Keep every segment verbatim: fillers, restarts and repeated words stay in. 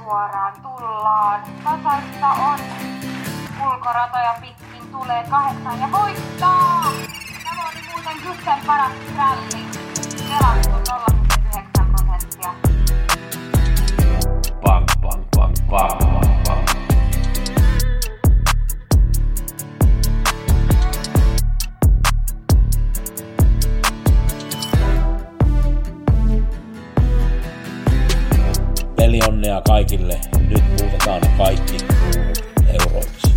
suoraan tullaan. Tasaista on. Ulkoratoja pitkin tulee kahdeksan ja voittaa! Tämä oli muuten Kyssen paras ralli. Pelattu nolla pilkku yhdeksän prosenttia. Bang, bang, bang, bang, bang, bang. Pelionnea kaikille. Nyt muutetaan kaikki kruunut euroiksi.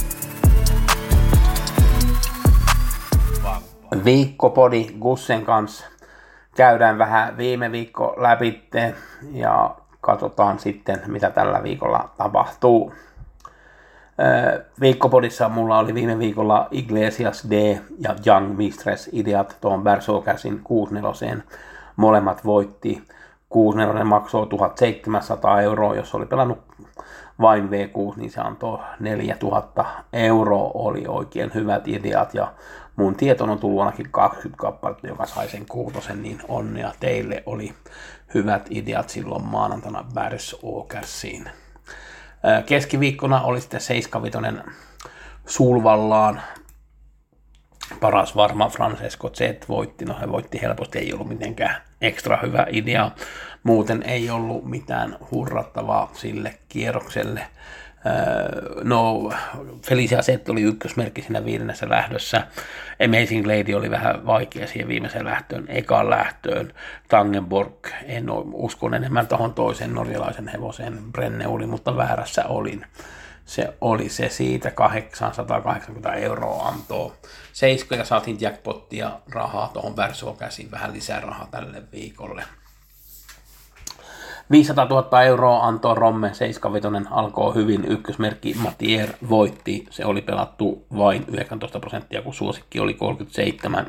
Viikkopodi Gussen kanssa. Käydään vähän viime viikko läpi ja katsotaan sitten, mitä tällä viikolla tapahtuu. Viikkopodissa mulla oli viime viikolla Iglesias D ja Young Mistress ideat tuon Berserkersin kuusi neljä. Molemmat voitti. kuusi neljä maksoi tuhatseitsemänsataa euroa, jos oli pelannut vain V kuusi, niin se antoi neljätuhatta euroa, oli oikein hyvät ideat ja mun tietoon on tullut ainakin kaksikymmentä kappaletta, joka sai sen kuutosen, niin onnea teille, oli hyvät ideat silloin maanantaina Berserkersiin. Keskiviikkona oli sitten seiskavitonen Sulvallaan. Paras varma Francesco Z voitti, no he voitti helposti, ei ollut mitenkään ekstra hyvä idea. Muuten ei ollut mitään hurrattavaa sille kierrokselle. No, Felicia Z oli ykkösmerkki siinä viidennessä lähdössä. Amazing Lady oli vähän vaikea siihen viimeiseen lähtöön, ekaan lähtöön. Tangenborg, en uskon enemmän tuohon toiseen norjalaisen hevoseen, Brenneuli, mutta väärässä olin. Se oli se siitä, kahdeksansataakahdeksankymmentä euroa antoi. Seiskoja saatiin jackpottia rahaa tuohon Berserkersiin, vähän lisää rahaa tälle viikolle. viisisataatuhatta euroa antoi Romme, seiskavitonen alkoi hyvin, ykkösmerkki Matier voitti, se oli pelattu vain yhdeksäntoista prosenttia, kun suosikki oli kolmekymmentäseitsemän.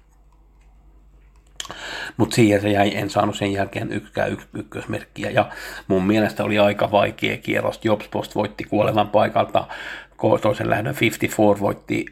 Mutta siihen se jäi, en saanut sen jälkeen yksikään yks, ykkösmerkkiä, ja mun mielestä oli aika vaikea kierros. Jobspost voitti kuolevan paikalta, toisen lähdön viisikymmentäneljä voitti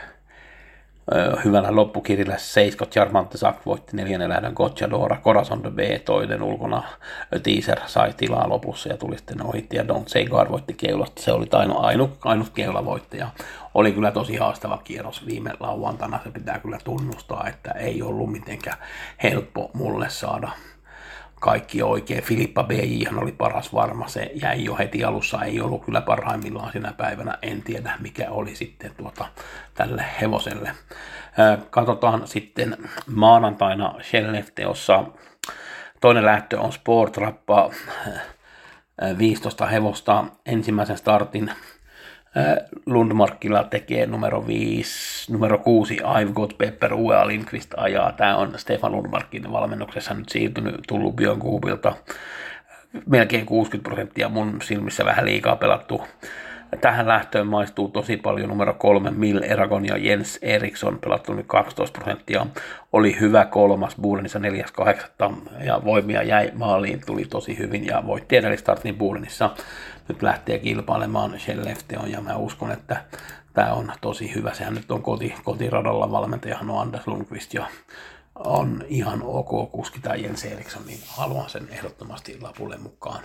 ö, hyvällä loppukirjalla, Seisko Charmante Sack voitti neljännen lähdön Gocciadora, Corazon de B toinen ulkona, Teaser sai tilaa lopussa ja tuli sitten ohitti, ja Don't Say God voitti keulasta, se oli ainut, ainut, ainut keulavoittaja. Oli kyllä tosi haastava kierros viime lauantaina, se pitää kyllä tunnustaa, että ei ollut mitenkään helppo mulle saada kaikki oikein. Filippa B J oli paras varma, se jäi jo heti alussa, ei ollut kyllä parhaimmillaan sinä päivänä, en tiedä mikä oli sitten tuota tälle hevoselle. Katsotaan sitten maanantaina Skellefteåssa, toinen lähtö on Sportrappa, viisitoista hevosta, ensimmäisen startin Lundmarkilla tekee numero viisi, numero kuusi I've Got Pepper, U E A Lindqvist ajaa. Tämä on Stefan Lundmarkin valmennuksessa nyt siirtynyt, tullut Björn Goobilta. Melkein kuusikymmentä prosenttia mun silmissä vähän liikaa pelattu. Tähän lähtöön maistuu tosi paljon numero kolme Mill Eragon ja Jens Eriksson, pelattu nyt kaksitoista prosenttia. Oli hyvä kolmas Buulenissa neljäs kahdeksatta ja voimia jäi maaliin, tuli tosi hyvin ja voitti edellistartin Buulenissa. Nyt lähtee kilpailemaan Skellefteån ja mä uskon, että tämä on tosi hyvä. Sehän nyt on koti, kotiradalla valmentajahan on Anders Lundqvist ja on ihan ok kuski tai Jens Eriksson, niin haluan sen ehdottomasti lapulle mukaan.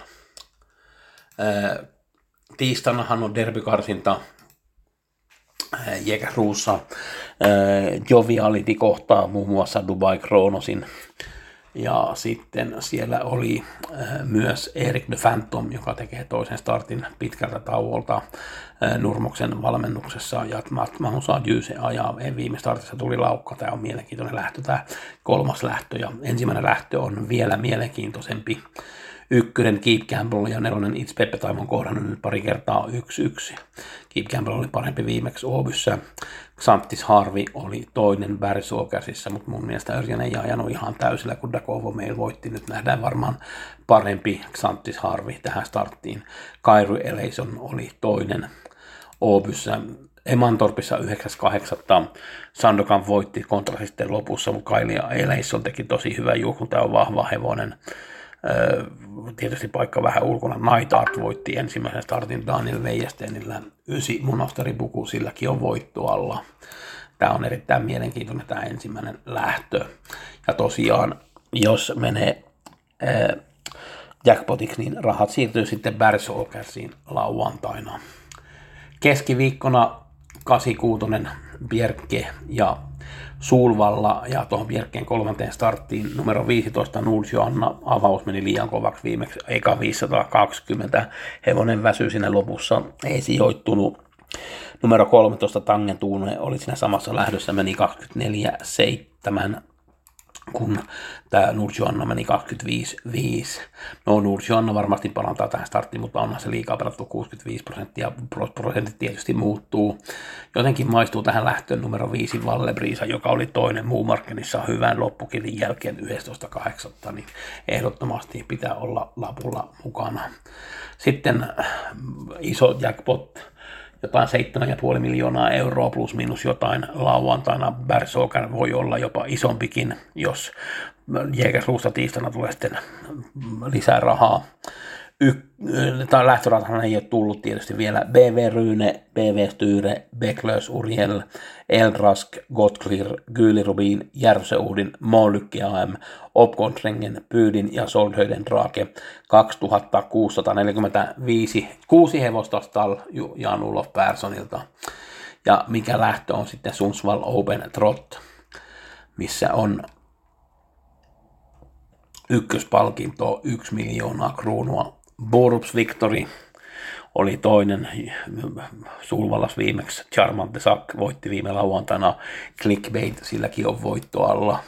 Ää, tiistainahan on derbykarsinta Jägersrossa. Joviality kohtaa muun muassa Dubai Kronosin. Ja sitten siellä oli myös Erik the Phantom, joka tekee toisen startin pitkältä tauolta Nurmoksen valmennuksessa. Ja Magnus Adjuse ajaa, viime startissa tuli laukka. Tämä on mielenkiintoinen lähtö, tämä kolmas lähtö. Ja ensimmäinen lähtö on vielä mielenkiintoisempi. Ykkönen Keep Campbell ja nelonen It's Peppe Time on kohdannut nyt pari kertaa yksi yksi. Keep Campbell oli parempi viimeksi Åbyssä. Xantis Harvi oli toinen Berserkersissä, mutta mun mielestä Örjan ei ajanut ihan täysillä, kun Dakovo meillä voitti. Nyt nähdään varmaan parempi Xantis Harvi tähän starttiin. Kairu Eleison oli toinen Åbyssä. Emantorpissa yhdeksäs kahdeksatta Sandokan voitti kontra sitten lopussa, mutta Kailia Eleison teki tosi hyvä juoksu. Tämä on vahva hevonen. Öö, tietysti paikka vähän ulkona. Night Art voitti ensimmäisen startin Daniel Weijestenillä. Ysi Monasteri-Buku, silläkin on voitto alla. Tämä on erittäin mielenkiintoinen tämä ensimmäinen lähtö. Ja tosiaan, jos menee öö, jackpotiksi, niin rahat siirtyy sitten Bergsåkersiin lauantaina. Keskiviikkona kahdeksankymmentäkuusi Bjerke ja Sulvalla ja tuohon Bjerkeen kolmanteen starttiin numero viisitoista Nulsjoanna. Avaus meni liian kovaksi viimeksi, eka viisisataakaksikymmentä. Hevonen väsyi siinä lopussa, ei sijoittunut. Numero kolmetoista Tangentuune oli siinä samassa lähdössä, meni kaksikymmentäneljä seitsemän, kun tämä Nulsjoanna meni kaksikymmentäviisi viisi. No Nulsjoanna varmasti parantaa tähän starttiin, mutta onhan se liikaa pelattu kuusikymmentäviisi prosenttia, prosentit tietysti muuttuu. Jotenkin maistuu tähän lähtöön numero viisi Vallebrisa, joka oli toinen Muumarkenissa hyvän loppukilin jälkeen yksitoista kahdeksan, niin ehdottomasti pitää olla lapulla mukana. Sitten iso jackpot, jotain seitsemän pilkku viisi miljoonaa euroa plus minus jotain lauantaina. Bergsåker voi olla jopa isompikin, jos Jägersrosta tiistaina tulee sitten lisää rahaa. Y- tai lähtöratahan ei ole tullut tietysti vielä. B V Rune, B V Styre, Beklös Uriel, Eldrask, Gottclear, Gylirubin, Järvseudin, Molykke A M, Opkontrengen, Pyydin ja Soldhöiden Drake kaksituhattakuusisataaneljäkymmentäviisi. Kuusi hevosta Stall Jan-Olof Perssonilta. Ja mikä lähtö on sitten Sundsvall Open Trot, missä on ykköspalkinto yksi miljoonaa kruunua. Borups Victory oli toinen, Sulvallas viimeksi, Charmante Sack voitti viime lauantaina, Clickbait, silläkin on voitto alla.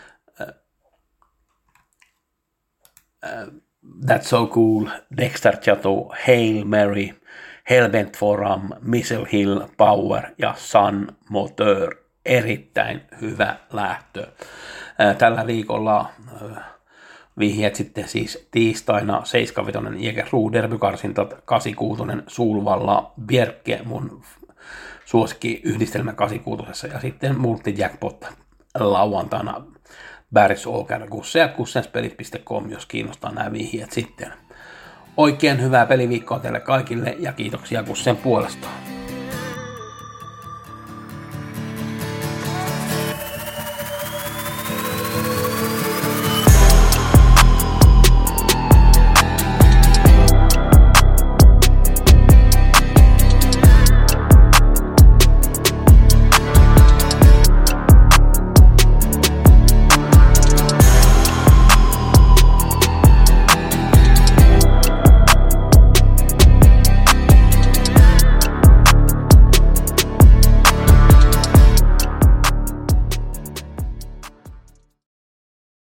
That's So Cool, Dexter Chateau, Hail Mary, Hellbent Forum, Missile Hill, Power ja Sun Motor. Erittäin hyvä lähtö. Tällä viikolla vihjeet sitten siis tiistaina seitsemänkymmentäviisi Jägersro derbykarsinta, kahdeksankymmentäkuusi Sulvalla Bjerke, mun suosikki yhdistelmä kahdeksankymmentäkuusi, ja sitten multijackpot lauantaina Bergsåker, kusse ja kussenspelit piste com, jos kiinnostaa nämä vihjeet sitten. Oikein hyvää peliviikkoa teille kaikille ja kiitoksia Kussen puolesta.